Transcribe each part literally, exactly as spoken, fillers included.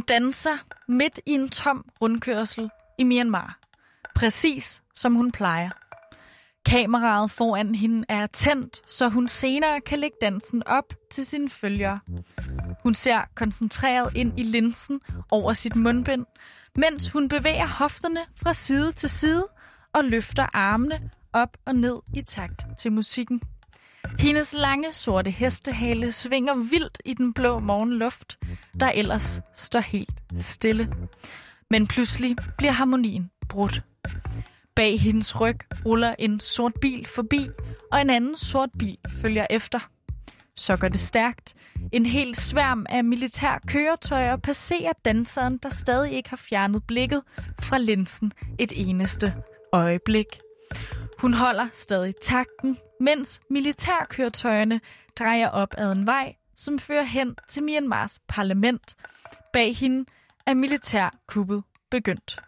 danser midt i en tom rundkørsel i Myanmar. Præcis som hun plejer. Kameraet foran hende er tændt, så hun senere kan lægge dansen op til sine følgere. Hun ser koncentreret ind i linsen over sit mundbind, mens hun bevæger hofterne fra side til side og løfter armene op og ned i takt til musikken. Hendes lange sorte hestehale svinger vildt i den blå morgenluft, der ellers står helt stille. Men pludselig bliver harmonien brudt. Bag hendes ryg ruller en sort bil forbi, og en anden sort bil følger efter. Så går det stærkt. En hel sværm af militær køretøjer passerer danseren, der stadig ikke har fjernet blikket fra linsen et eneste øjeblik. Hun holder stadig takten, mens militærkøretøjerne drejer op ad en vej, som fører hen til Myanmars parlament. Bag hende er militærkuppet begyndt.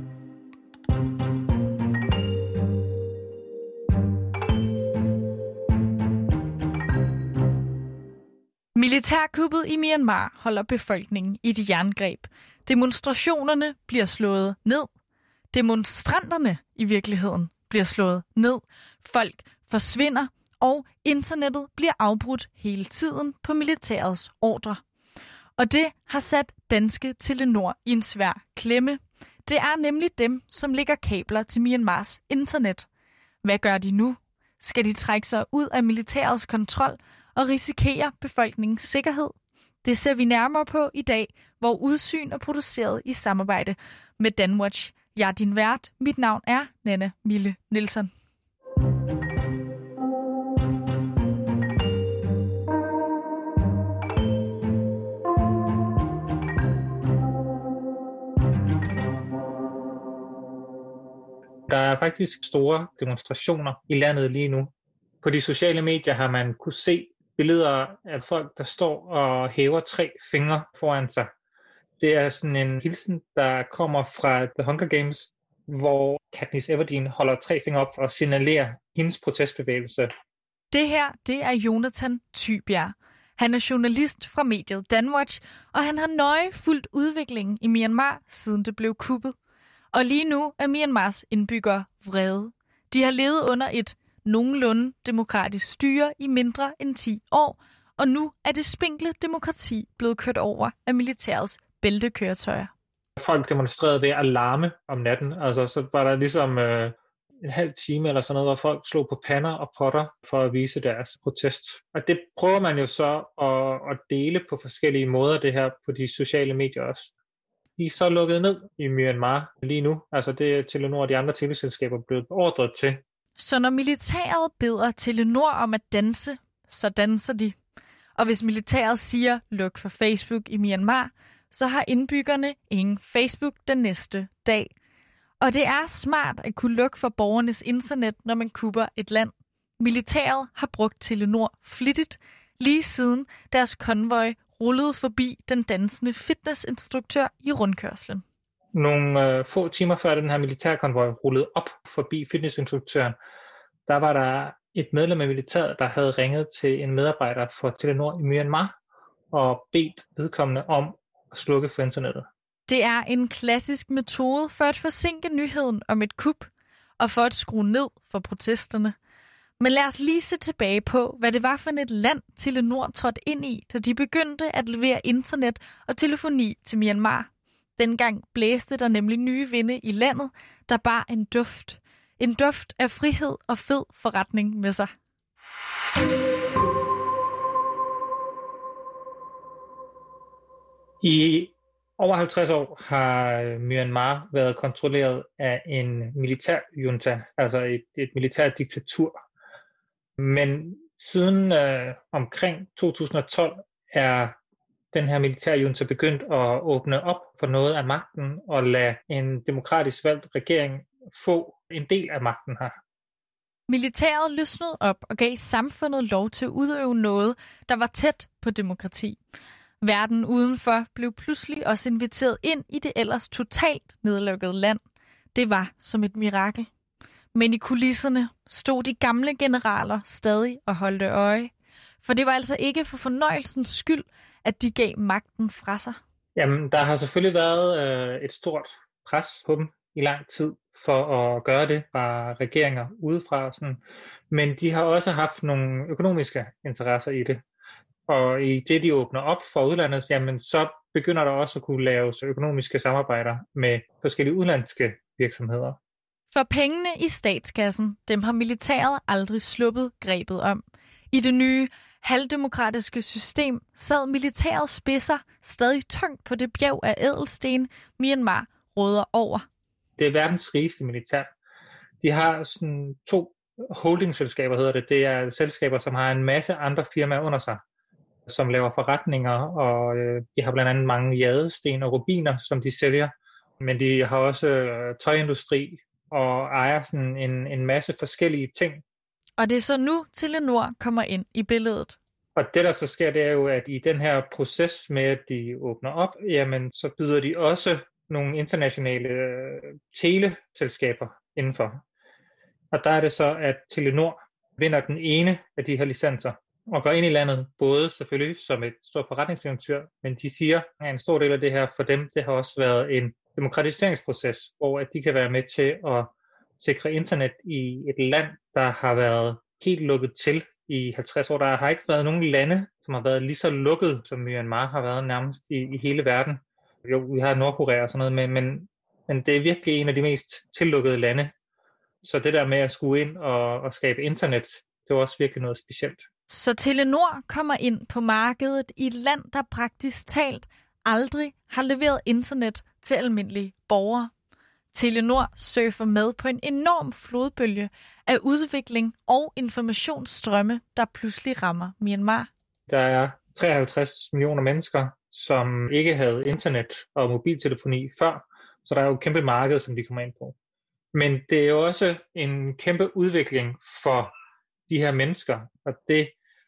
Militærkuppet i Myanmar holder befolkningen i et jerngreb. Demonstrationerne bliver slået ned. Demonstranterne i virkeligheden bliver slået ned. Folk forsvinder, og internettet bliver afbrudt hele tiden på militærets ordre. Og det har sat danske Telenor i en svær klemme. Det er nemlig dem, som lægger kabler til Myanmars internet. Hvad gør de nu? Skal de trække sig ud af militærets kontrol og risikere befolkningens sikkerhed? Det ser vi nærmere på i dag, hvor Udsyn er produceret i samarbejde med Danwatch. Jeg er din vært. Mit navn er Nanne Mille Nielsen. Der er faktisk store demonstrationer i landet lige nu. På de sociale medier har man kunne se billeder af folk, der står og hæver tre fingre foran sig. Det er sådan en hilsen, der kommer fra The Hunger Games, hvor Katniss Everdeen holder tre fingre op for at signalere hendes protestbevægelse. Det her, det er Jonathan Tybjerg. Han er journalist fra mediet Danwatch, og han har nøje fulgt udviklingen i Myanmar, siden det blev kuppet. Og lige nu er Myanmars indbyggere vrede. De har levet under et nogenlunde demokratisk styre i mindre end ti år, og nu er det spinkle demokrati blevet kørt over af militærets bæltekøretøjer. Folk demonstrerede ved at larme om natten. Altså, så var der ligesom øh, en halv time eller sådan noget, hvor folk slog på pander og potter for at vise deres protest. Og det prøver man jo så at, at dele på forskellige måder, det her på de sociale medier også. De er så lukket ned i Myanmar lige nu. Altså det er Telenor og de andre teleselskaber blevet beordret til. Så når militæret beder Telenor om at danse, så danser de. Og hvis militæret siger luk for Facebook i Myanmar, så har indbyggerne ingen Facebook den næste dag. Og det er smart at kunne lukke for borgernes internet, når man kupper et land. Militæret har brugt Telenor flittigt, lige siden deres konvoj rullede forbi den dansende fitnessinstruktør i rundkørslen. Nogle øh, få timer før den her militærkonvoj rullede op forbi fitnessinstruktøren, der var der et medlem af militæret, der havde ringet til en medarbejder for Telenor i Myanmar og bedt vedkommende om at slukke for internettet. Det er en klassisk metode for at forsinke nyheden om et kup og for at skrue ned for protesterne. Men lad os lige se tilbage på, hvad det var for et land Telenor trådte ind i, da de begyndte at levere internet og telefoni til Myanmar. Dengang blæste der nemlig nye vinde i landet, der bar en duft. En duft af frihed og fed forretning med sig. I over halvtreds år har Myanmar været kontrolleret af en militærjunta, altså et, et militært diktatur. Men siden øh, omkring to tusind og tolv er den her militærjunta begyndt at åbne op for noget af magten og lade en demokratisk valgt regering få en del af magten her. Militæret løsnede op og gav samfundet lov til at udøve noget, der var tæt på demokrati. Verden udenfor blev pludselig også inviteret ind i det ellers totalt nedlukkede land. Det var som et mirakel. Men i kulisserne stod de gamle generaler stadig og holdte øje. For det var altså ikke for fornøjelsens skyld, at de gav magten fra sig. Jamen, der har selvfølgelig været øh, et stort pres på dem i lang tid for at gøre det fra regeringer udefra. Sådan. Men de har også haft nogle økonomiske interesser i det. Og i det, de åbner op for udlandet, jamen, så begynder der også at kunne laves økonomiske samarbejder med forskellige udenlandske virksomheder. For pengene i statskassen, dem har militæret aldrig sluppet grebet om. I det nye halvdemokratiske system sad militærets spidser stadig tungt på det bjerg af ædelsten, Myanmar råder over. Det er verdens rigeste militær. De har sådan to holdingselskaber, hedder det. Det er selskaber, som har en masse andre firmaer under sig, som laver forretninger, og øh, de har blandt andet mange jadesten og rubiner, som de sælger. Men de har også øh, tøjindustri og ejer sådan en, en masse forskellige ting. Og det er så nu, Telenor kommer ind i billedet. Og det, der så sker, det er jo, at i den her proces med, at de åbner op, jamen, så byder de også nogle internationale øh, teleselskaber indenfor. Og der er det så, at Telenor vinder den ene af de her licenser og går ind i landet, både selvfølgelig som et stort forretningseventyr, men de siger, at en stor del af det her for dem, det har også været en demokratiseringsproces, hvor at de kan være med til at sikre internet i et land, der har været helt lukket til i halvtreds år. Der har ikke været nogen lande, som har været lige så lukket, som Myanmar har været nærmest i, i hele verden. Jo, vi har Nordkorea og sådan noget, men, men, men det er virkelig en af de mest tillukkede lande. Så det der med at skulle ind og, og skabe internet, det var også virkelig noget specielt. Så Telenor kommer ind på markedet i et land, der praktisk talt aldrig har leveret internet til almindelige borgere. Telenor surfer med på en enorm flodbølge af udvikling og informationsstrømme, der pludselig rammer Myanmar. Der er treoghalvtreds millioner mennesker, som ikke havde internet og mobiltelefoni før, så der er jo et kæmpe marked, som de kommer ind på. Men det er jo også en kæmpe udvikling for de her mennesker, og det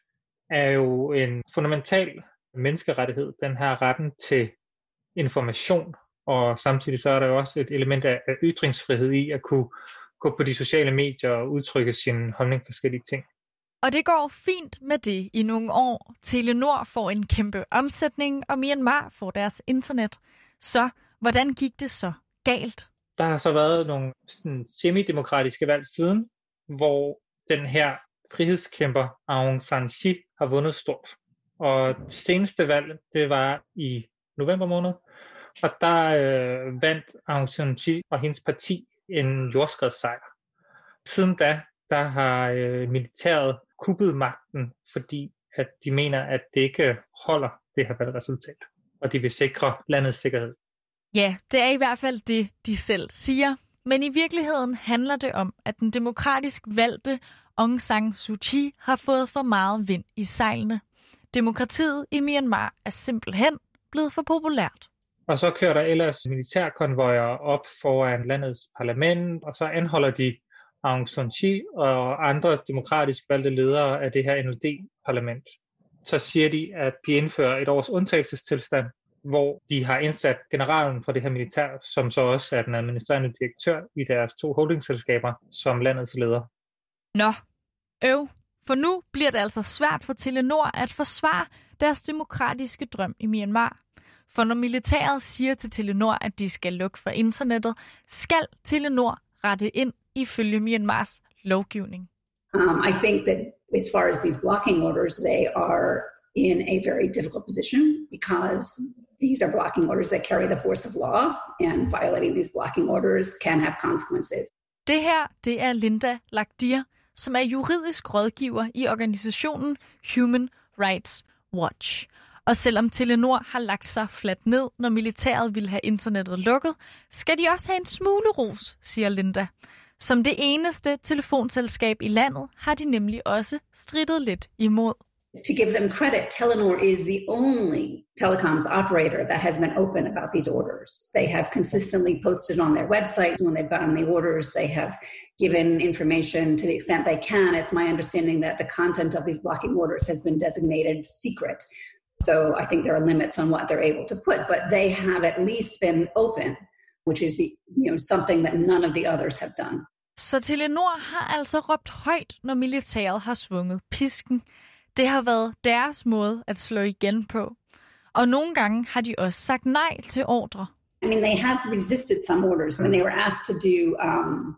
er jo en fundamental menneskerettighed, den her retten til information, og samtidig så er der jo også et element af ytringsfrihed i at kunne gå på de sociale medier og udtrykke sin holdning på forskellige ting. Og det går fint med det i nogle år. Telenor får en kæmpe omsætning, og Myanmar får deres internet. Så hvordan gik det så galt? Der har så været nogle sådan, semidemokratiske valg siden, hvor den her frihedskæmper Aung San Suu Kyi har vundet stort. Og det seneste valg, det var i november måned, og der øh, vandt Aung San Suu Kyi og hendes parti en jordskredssejr. Siden da, der har øh, militæret kuppet magten, fordi at de mener, at det ikke holder det her valgresultat, og de vil sikre landets sikkerhed. Ja, det er i hvert fald det, de selv siger. Men i virkeligheden handler det om, at den demokratisk valgte Aung San Suu Kyi har fået for meget vind i sejlene. Demokratiet i Myanmar er simpelthen blevet for populært. Og så kører der ellers militærkonvojer op foran landets parlament, og så anholder de Aung San Suu Kyi og andre demokratisk valgte ledere af det her N L D-parlament. Så siger de, at de indfører et års undtagelsestilstand, hvor de har indsat generalen for det her militær, som så også er den administrerende direktør i deres to holdingselskaber, som landets leder. Nå, øv. For nu bliver det altså svært for Telenor at forsvare deres demokratiske drøm i Myanmar. For når militæret siger til Telenor, at de skal lukke for internettet, skal Telenor rette ind ifølge Myanmars lovgivning. Um, I think that as far as these blocking orders, they are in a very difficult position because these are blocking orders that carry the force of law, and violating these blocking orders can have consequences. Det her, det er Linda Lakdir, som er juridisk rådgiver i organisationen Human Rights Watch. Og selvom Telenor har lagt sig fladt ned, når militæret vil have internettet lukket, skal de også have en smule ros, siger Linda. Som det eneste telefonselskab i landet har de nemlig også strittet lidt imod. To give them credit, Telenor is the only telecoms operator that has been open about these orders. They have consistently posted on their websites when they've gotten the orders. They have given information to the extent they can. It's my understanding that the content of these blocking orders has been designated secret. So I think there are limits on what they're able to put, but they have at least been open, which is the you know something that none of the others have done. Så Telenor har altså råbt højt, når militæret har svunget pisken. Det har været deres måde at slå igen på. Og nogle gange har de også sagt nej til ordre. I mean, they have resisted some orders when they were asked to do um,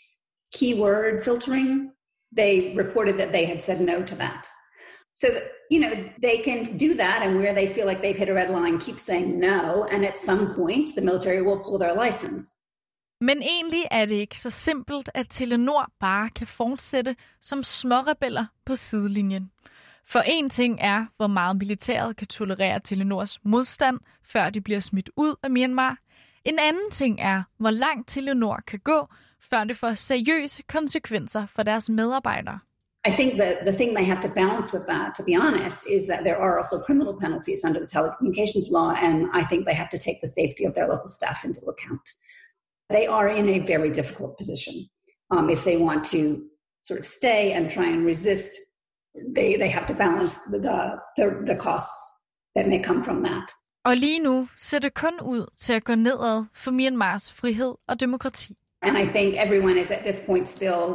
keyword filtering. They reported that they had said no to that. So, you know, they can do that, and where they feel like they've hit a red line, keep saying no, and at some point, the military will pull their license. Men egentlig er det ikke så simpelt, at Telenor bare kan fortsætte som smårebeller på sidelinjen. For en ting er, hvor meget militæret kan tolerere Telenors modstand, før de bliver smidt ud af Myanmar. En anden ting er, hvor langt Telenor kan gå, før det får seriøse konsekvenser for deres medarbejdere. I think that the thing they have to balance with that, to be honest, is that there are also criminal penalties under the telecommunications law, and I think they have to take the safety of their local staff into account. They are in a very difficult position. Um, if they want to sort of stay and try and resist, they, they have to balance the, the, the costs that may come from that. Og lige nu ser det kun ud til at gå nedad for Myanmars frihed og demokrati. And I think everyone is at this point still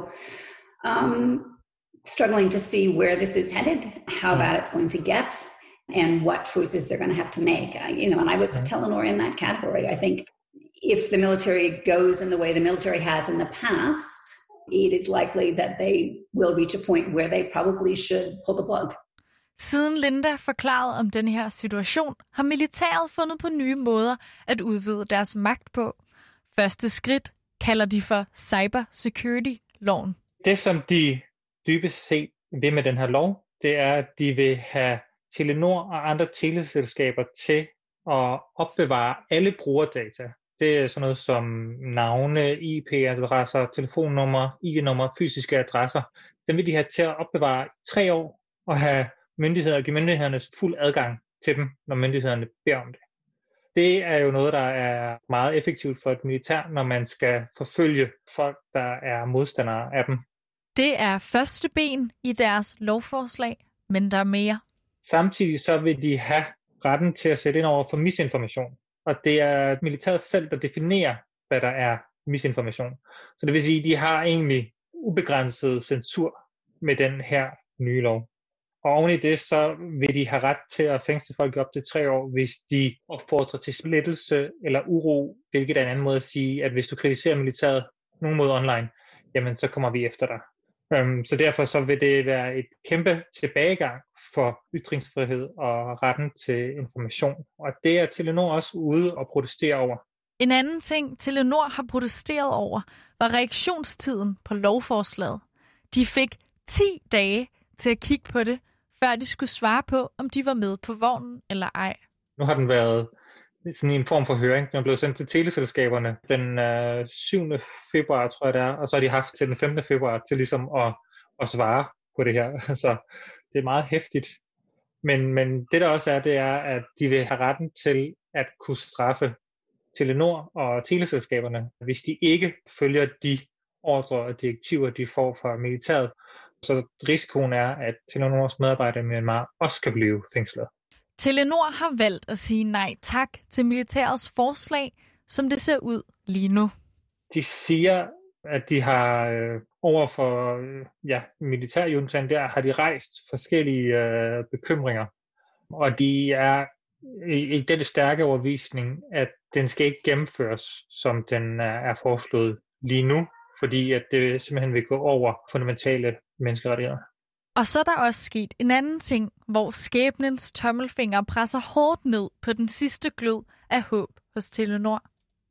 um, struggling to see where this is headed, how bad it's going to get, and what choices they're going to have to make. I, you know, and I would put Telenor in that category. I think if the military goes in the way the military has in the past, it is likely that they will reach a point where they probably should pull the plug. Siden Linda forklarede om den her situation, har militæret fundet på nye måder at udvide deres magt på. Første skridt kalder de for cybersecurity-loven. Det, som de dybest set vil med den her lov, det er, at de vil have Telenor og andre teleselskaber til at opbevare alle brugerdata. Det er sådan noget som navne, I P-adresser, telefonnumre, I G-numre, fysiske adresser. Dem vil de have til at opbevare i tre år og have myndigheder, give myndighederne fuld adgang til dem, når myndighederne beder om det. Det er jo noget, der er meget effektivt for et militær, når man skal forfølge folk, der er modstandere af dem. Det er første ben i deres lovforslag, men der er mere. Samtidig så vil de have retten til at sætte ind over for misinformation. Og det er militæret selv, der definerer, hvad der er misinformation. Så det vil sige, at de har egentlig ubegrænset censur med den her nye lov. Og oven i det, så vil de have ret til at fængsle folk op til tre år, hvis de opfordrer til splittelse eller uro, hvilket er en anden måde at sige, at hvis du kritiserer militæret nogen måde online, jamen så kommer vi efter dig. Um, så derfor så vil det være et kæmpe tilbagegang for ytringsfrihed og retten til information. Og det er Telenor også ude og protestere over. En anden ting, Telenor har protesteret over, var reaktionstiden på lovforslaget. De fik ti dage til at kigge på det, før de skulle svare på, om de var med på vognen eller ej. Nu har den været sådan en form for høring. Den er blevet sendt til teleselskaberne den øh, syvende februar, tror jeg det er, og så har de haft til den femte februar til ligesom at, at svare på det her. Så det er meget heftigt. Men, men det der også er, det er, at de vil have retten til at kunne straffe Telenor og teleselskaberne, hvis de ikke følger de ordre og direktiver, de får fra militæret. Så risikoen er, at Telenors medarbejdere i Myanmar også kan blive fængslet. Telenor har valgt at sige nej tak til militærets forslag, som det ser ud lige nu. De siger, at de har øh, over for øh, ja, militærjuntaen der, har de rejst forskellige øh, bekymringer. Og de er i, i den stærke overbevisning, at den skal ikke gennemføres, som den er, er foreslået lige nu, fordi at det simpelthen vil gå over fundamentale menneskerettigheder. Og så er der også sket en anden ting, hvor skæbnens tommelfinger presser hårdt ned på den sidste glød af håb hos Telenor.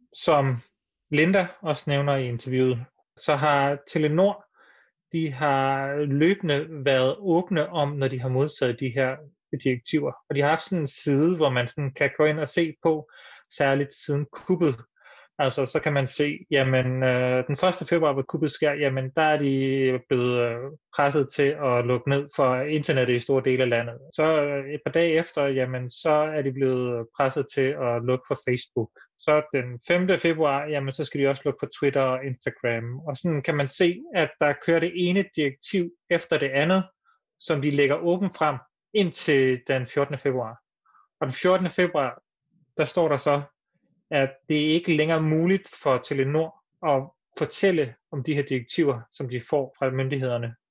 Som Linda også nævner i interviewet, så har Telenor, de har løbende været åbne om, når de har modtaget de her direktiver. Og de har haft sådan en side, hvor man sådan kan gå ind og se på, særligt siden kuppet. Altså, så kan man se, jamen, øh, den første februar, hvor kuppet sker, jamen, der er de blevet øh, presset til at lukke ned for internettet i store dele af landet. Så øh, et par dage efter, jamen, så er de blevet presset til at lukke for Facebook. Så den femte februar, jamen, så skal de også lukke for Twitter og Instagram. Og sådan kan man se, at der kører det ene direktiv efter det andet, som de lægger åbent frem indtil den fjortende februar. Og den fjortende februar, der står der så, at det ikke længere er muligt for Telenor at fortælle om de her direktiver, som de får fra myndighederne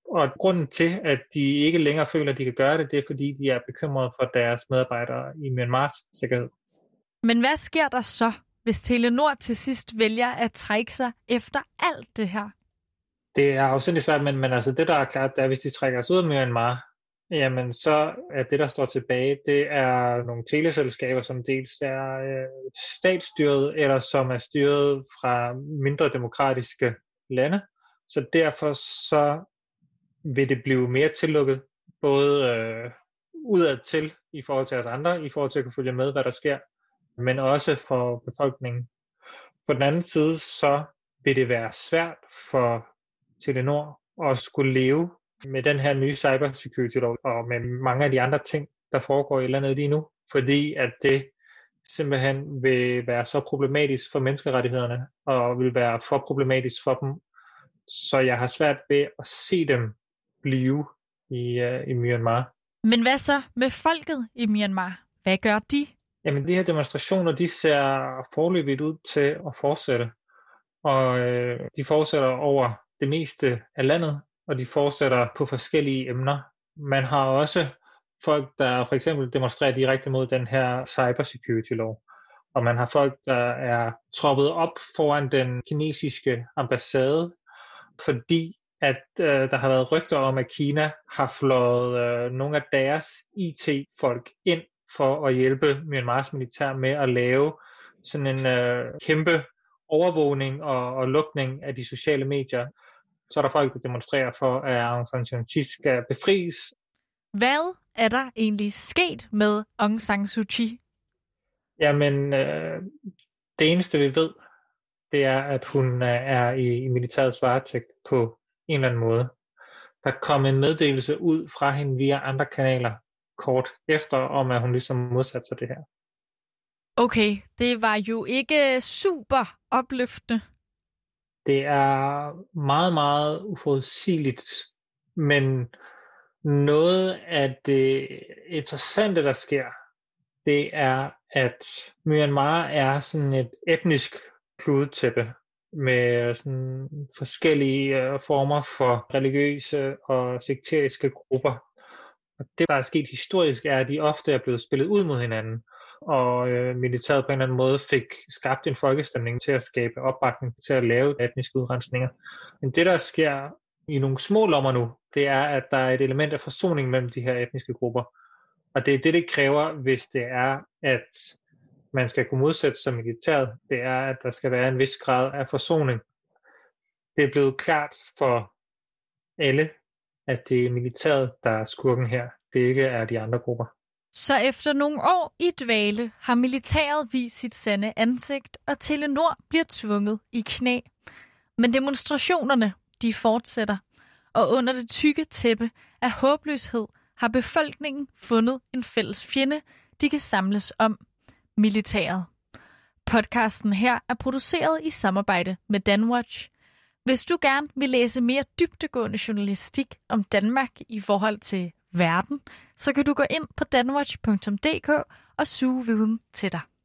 Og grunden til, at de ikke længere føler, at de kan gøre det, det er, fordi de er bekymrede for deres medarbejdere i Myanmars sikkerhed. Men hvad sker der så, hvis Telenor til sidst vælger at trække sig efter alt det her? Det er afsindigt svært, men, men altså det, der er klart, det er, hvis de trækker sig ud af Myanmar, jamen så er det, der står tilbage, det er nogle teleselskaber, som dels er øh, statsstyret, eller som er styret fra mindre demokratiske lande. Så derfor så vil det blive mere tillukket, både øh, udad til i forhold til os andre, i forhold til at kunne følge med, hvad der sker, men også for befolkningen. På den anden side, så vil det være svært for Telenor at skulle leve med den her nye cybersecurity-lov, og med mange af de andre ting, der foregår i landet lige nu, fordi at det simpelthen vil være så problematisk for menneskerettighederne, og vil være for problematisk for dem, så jeg har svært ved at se dem blive i, uh, i Myanmar. Men hvad så med folket i Myanmar? Hvad gør de? Jamen de her demonstrationer, de ser foreløbigt ud til at fortsætte, og øh, de fortsætter over det meste af landet, og de fortsætter på forskellige emner. Man har også folk, der for eksempel demonstrerer direkte mod den her cybersecurity-lov, og man har folk, der er troppet op foran den kinesiske ambassade, fordi at øh, der har været rygter om, at Kina har flået øh, nogle af deres I T-folk ind for at hjælpe Myanmars militær med at lave sådan en øh, kæmpe overvågning og, og lukning af de sociale medier. Så er der folk, der demonstrerer for, at Aung San Suu Kyi skal befries. Hvad er der egentlig sket med Aung San Suu Kyi? Jamen, øh, det eneste vi ved, det er, at hun er i, i militærets varetægt på en eller anden måde. Der kom en meddelelse ud fra hende via andre kanaler kort efter, om at hun ligesom modsatte sig det her. Okay, det var jo ikke super opløftende. Det er meget, meget uforudsigeligt, men noget af det interessante, der sker, det er, at Myanmar er sådan et etnisk kludetæppe med sådan forskellige former for religiøse og sekteriske grupper. Og det, der er sket historisk, er, at de ofte er blevet spillet ud mod hinanden, og øh, militæret på en eller anden måde fik skabt en folkestemning til at skabe opbakning til at lave etniske udrensninger. Men det, der sker i nogle små lommer nu, det er, at der er et element af forsoning mellem de her etniske grupper. Og det er det, det kræver, hvis det er, at man skal kunne modsætte sig militæret. Det er, at der skal være en vis grad af forsoning. Det er blevet klart for alle, at det er militæret, der er skurken her. Det ikke er de andre grupper. Så efter nogle år i dvale har militæret vist sit sande ansigt, og Telenor bliver tvunget i knæ. Men demonstrationerne, de fortsætter, og under det tykke tæppe af håbløshed har befolkningen fundet en fælles fjende, de kan samles om: militæret. Podcasten her er produceret i samarbejde med Danwatch. Hvis du gerne vil læse mere dybdegående journalistik om Danmark i forhold til verden, så kan du gå ind på danwatch punktum d k og suge viden til dig.